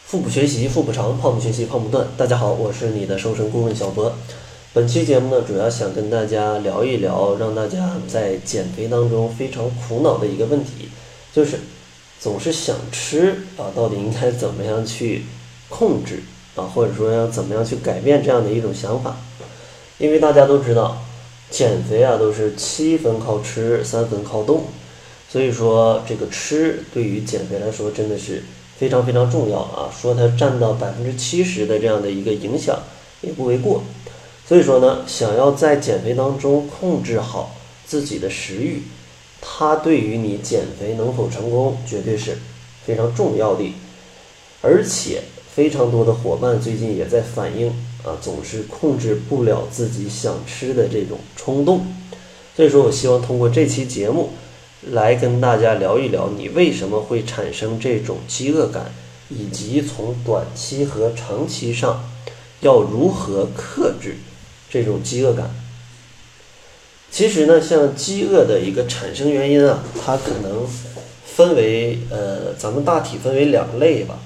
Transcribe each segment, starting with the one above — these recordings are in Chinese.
腹部学习，腹部长；胖不学习，胖不断。大家好，我是你的瘦身顾问小博。本期节目呢，主要想跟大家聊一聊，让大家在减肥当中非常苦恼的一个问题，就是总是想吃到底应该怎么样去控制或者说要怎么样去改变这样的一种想法。因为大家都知道，减肥都是7分靠吃，3分靠动，所以说这个吃对于减肥来说真的是非常非常重要说它占到70%的这样的一个影响也不为过。所以说呢，想要在减肥当中控制好自己的食欲，它对于你减肥能否成功绝对是非常重要的。而且非常多的伙伴最近也在反映总是控制不了自己想吃的这种冲动。所以说我希望通过这期节目来跟大家聊一聊，你为什么会产生这种饥饿感，以及从短期和长期上要如何克制这种饥饿感。其实呢，像饥饿的一个产生原因它可能分为咱们大体分为两类吧，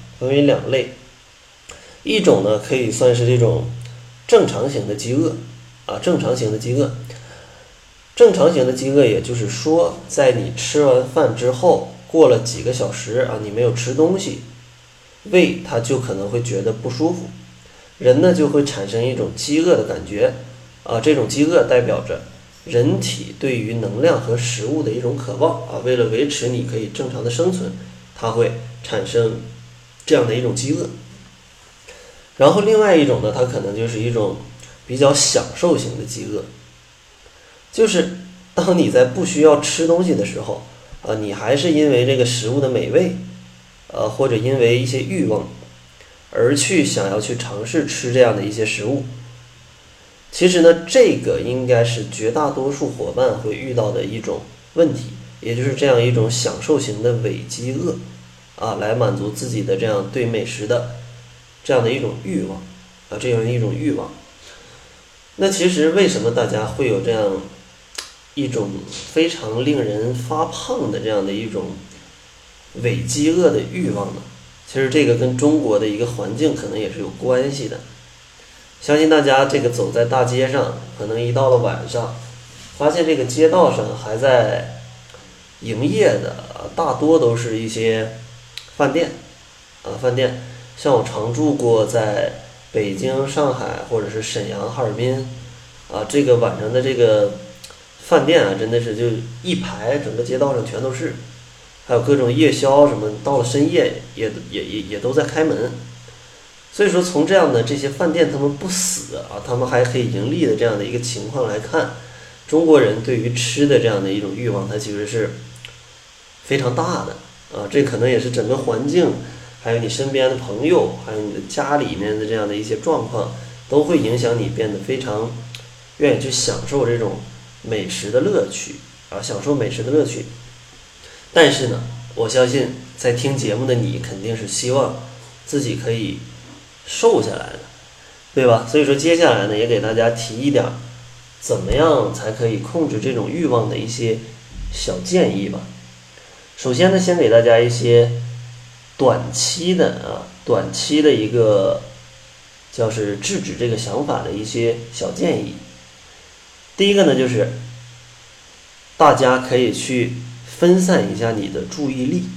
一种呢可以算是这种正常型的饥饿正常型的饥饿也就是说，在你吃完饭之后过了几个小时你没有吃东西，胃它就可能会觉得不舒服，人呢就会产生一种饥饿的感觉这种饥饿代表着人体对于能量和食物的一种渴望为了维持你可以正常的生存，它会产生这样的一种饥饿。然后另外一种呢，它可能就是一种比较享受型的饥饿，就是当你在不需要吃东西的时候你还是因为这个食物的美味或者因为一些欲望而想要去尝试吃这样的一些食物。其实呢，这个应该是绝大多数伙伴会遇到的一种问题，也就是这样一种享受型的伪饥饿来满足自己的这样对美食的这样的一种欲望那其实为什么大家会有这样一种非常令人发胖的这样的一种伪饥饿的欲望呢？其实这个跟中国的一个环境可能也是有关系的。相信大家这个走在大街上，可能一到了晚上，发现这个街道上还在营业的大多都是一些饭店像我常住过在北京、上海或者是沈阳、哈尔滨这个晚上的这个饭店真的是就一排，整个街道上全都是，还有各种夜宵什么，到了深夜也都在开门。所以说从这样的这些饭店他们不死他们还可以盈利的这样的一个情况来看，中国人对于吃的这样的一种欲望它其实是非常大的这可能也是整个环境，还有你身边的朋友，还有你的家里面的这样的一些状况，都会影响你变得非常愿意去享受这种美食的乐趣但是呢，我相信在听节目的你肯定是希望自己可以瘦下来的，对吧？所以说接下来呢，也给大家提一点怎么样才可以控制这种欲望的一些小建议吧。首先呢，先给大家一些短期的一个就是制止这个想法的一些小建议。第一个呢，就是大家可以去分散一下你的注意力，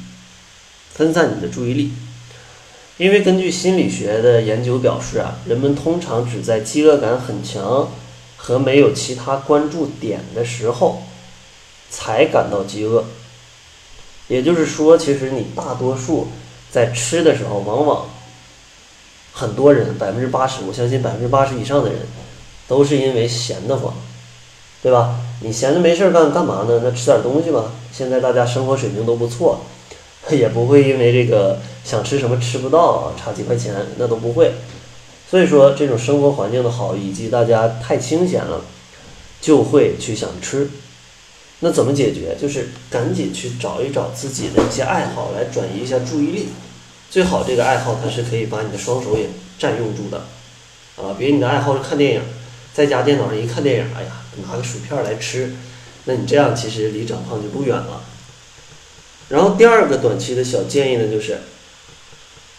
因为根据心理学的研究表示人们通常只在饥饿感很强和没有其他关注点的时候才感到饥饿。也就是说，其实你大多数在吃的时候，往往很多人80%，我相信80%以上的人都是因为闲得慌，对吧？你闲着没事干嘛呢？那吃点东西吧。现在大家生活水平都不错，也不会因为这个想吃什么吃不到差几块钱，那都不会。所以说这种生活环境的好，以及大家太清闲了，就会去想吃。那怎么解决？就是赶紧去找一找自己的一些爱好来转移一下注意力。最好这个爱好它是可以把你的双手也占用住的别你的爱好是看电影，在家电脑上一看电影，拿个薯片来吃，那你这样其实离长胖就不远了。然后第二个短期的小建议呢，就是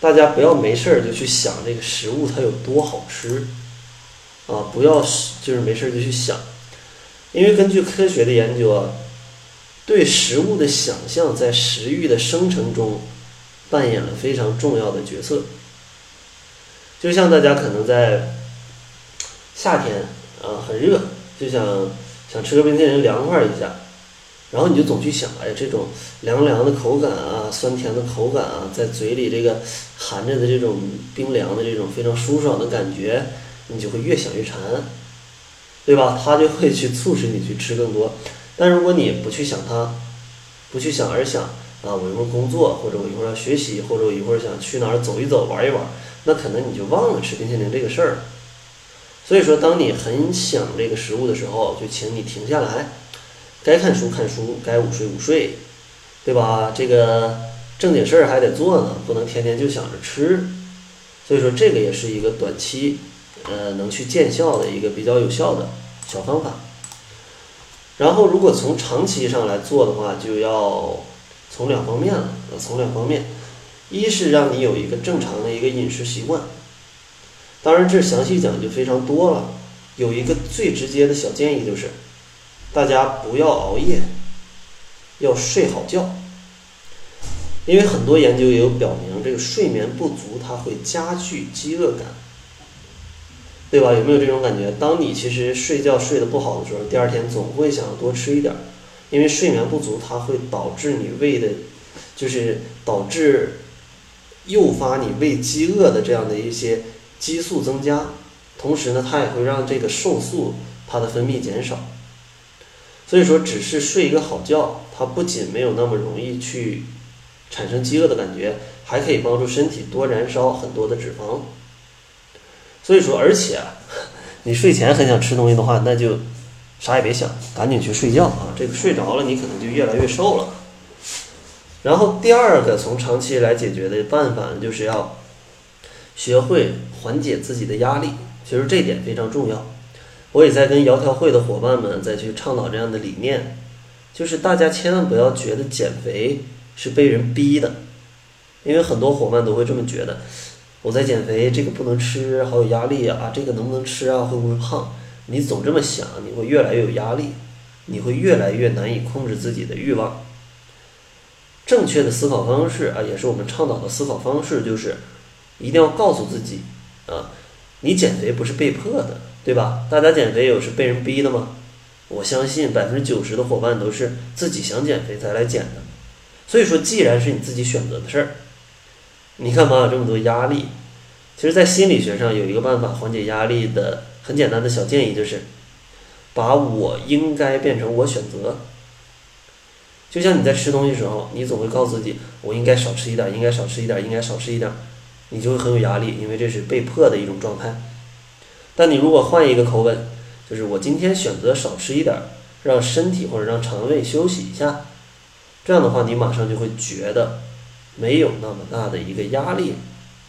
大家不要没事就去想这个食物它有多好吃啊，不要就是没事就去想，因为根据科学的研究啊，对食物的想象在食欲的生成中扮演了非常重要的角色。就像大家可能在夏天很热，就想吃个冰淇淋凉快一下，然后你就总去想，哎，这种凉凉的口感啊，酸甜的口感啊，在嘴里这个含着的这种冰凉的这种非常舒爽的感觉，你就会越想越馋，对吧？它就会去促使你去吃更多。但如果你不去想它，不去想而想啊，我一会儿工作，或者我一会儿要学习，或者我一会儿想去哪儿走一走玩一玩，那可能你就忘了吃冰淇淋这个事儿。所以说当你很想这个食物的时候，就请你停下来，该看书看书，该午睡午睡，对吧？这个正经事儿还得做呢，不能天天就想着吃。所以说这个也是一个短期能去见效的一个比较有效的小方法。然后如果从长期上来做的话，就要从两方面了，一是让你有一个正常的一个饮食习惯，当然这详细讲就非常多了，有一个最直接的小建议就是，大家不要熬夜，要睡好觉。因为很多研究也有表明，这个睡眠不足它会加剧饥饿感，对吧？有没有这种感觉？当你其实睡觉睡得不好的时候，第二天总会想要多吃一点，因为睡眠不足它会导致你胃的，就是导致诱发你胃饥饿的这样的一些激素增加，同时呢，它也会让这个瘦素它的分泌减少。所以说，只是睡一个好觉，它不仅没有那么容易去产生饥饿的感觉，还可以帮助身体多燃烧很多的脂肪。所以说，而且你睡前很想吃东西的话，那就啥也别想，赶紧去睡觉啊！这个睡着了，你可能就越来越瘦了。然后第二个从长期来解决的办法，就是要学会缓解自己的压力。其实这点非常重要。我也在跟窈窕会的伙伴们再去倡导这样的理念，就是大家千万不要觉得减肥是被人逼的，因为很多伙伴都会这么觉得，我在减肥，这个不能吃，好有压力啊，这个能不能吃啊，会不会胖？你总这么想，你会越来越有压力，你会越来越难以控制自己的欲望。正确的思考方式啊，也是我们倡导的思考方式，就是一定要告诉自己啊，你减肥不是被迫的，对吧？大家减肥有是被人逼的吗？我相信90%的伙伴都是自己想减肥才来减的。所以说，既然是你自己选择的事儿，你干嘛有这么多压力？其实在心理学上有一个办法缓解压力的很简单的小建议，就是把我应该变成我选择。就像你在吃东西的时候，你总会告诉自己，我应该少吃一点，应该少吃一点，应该少吃一点，你就会很有压力，因为这是被迫的一种状态。但你如果换一个口吻，就是我今天选择少吃一点，让身体或者让肠胃休息一下，这样的话你马上就会觉得没有那么大的一个压力，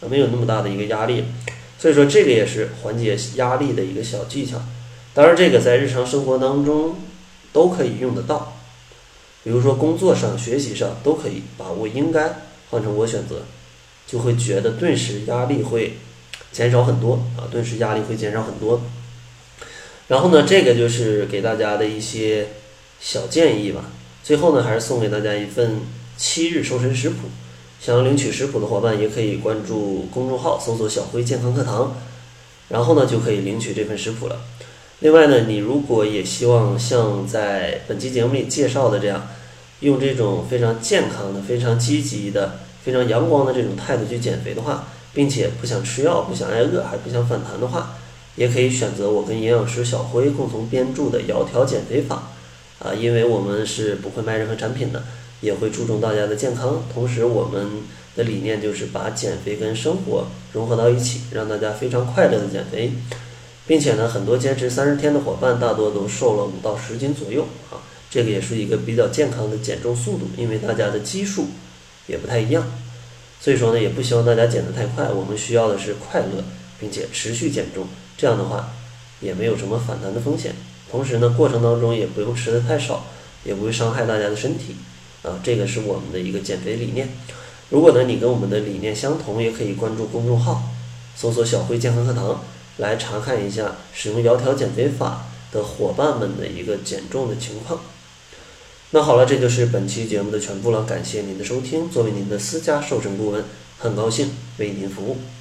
所以说这个也是缓解压力的一个小技巧。当然这个在日常生活当中都可以用得到，比如说工作上学习上都可以把我应该换成我选择，就会觉得顿时压力会减少很多。然后呢，这个就是给大家的一些小建议吧。最后呢，还是送给大家一份7日瘦身食谱，想要领取食谱的伙伴也可以关注公众号搜索小辉健康课堂，然后呢就可以领取这份食谱了。另外呢，你如果也希望像在本期节目里介绍的这样，用这种非常健康的、非常积极的、非常阳光的这种态度去减肥的话，并且不想吃药、不想挨饿、还不想反弹的话，也可以选择我跟营养师小辉共同编著的窈窕减肥法因为我们是不会卖任何产品的，也会注重大家的健康，同时我们的理念就是把减肥跟生活融合到一起，让大家非常快乐的减肥，并且呢，很多坚持30天的伙伴大多都瘦了5到10斤左右这个也是一个比较健康的减重速度，因为大家的基数也不太一样，所以说呢，也不希望大家减得太快，我们需要的是快乐，并且持续减重，这样的话也没有什么反弹的风险，同时呢，过程当中也不用吃得太少，也不会伤害大家的身体这个是我们的一个减肥理念。 如果呢你跟我们的理念相同，也可以关注公众号，搜索小辉健康课堂，来查看一下使用窈窕减肥法的伙伴们的一个减重的情况。那好了，这就是本期节目的全部了，感谢您的收听。作为您的私家瘦身顾问，很高兴为您服务。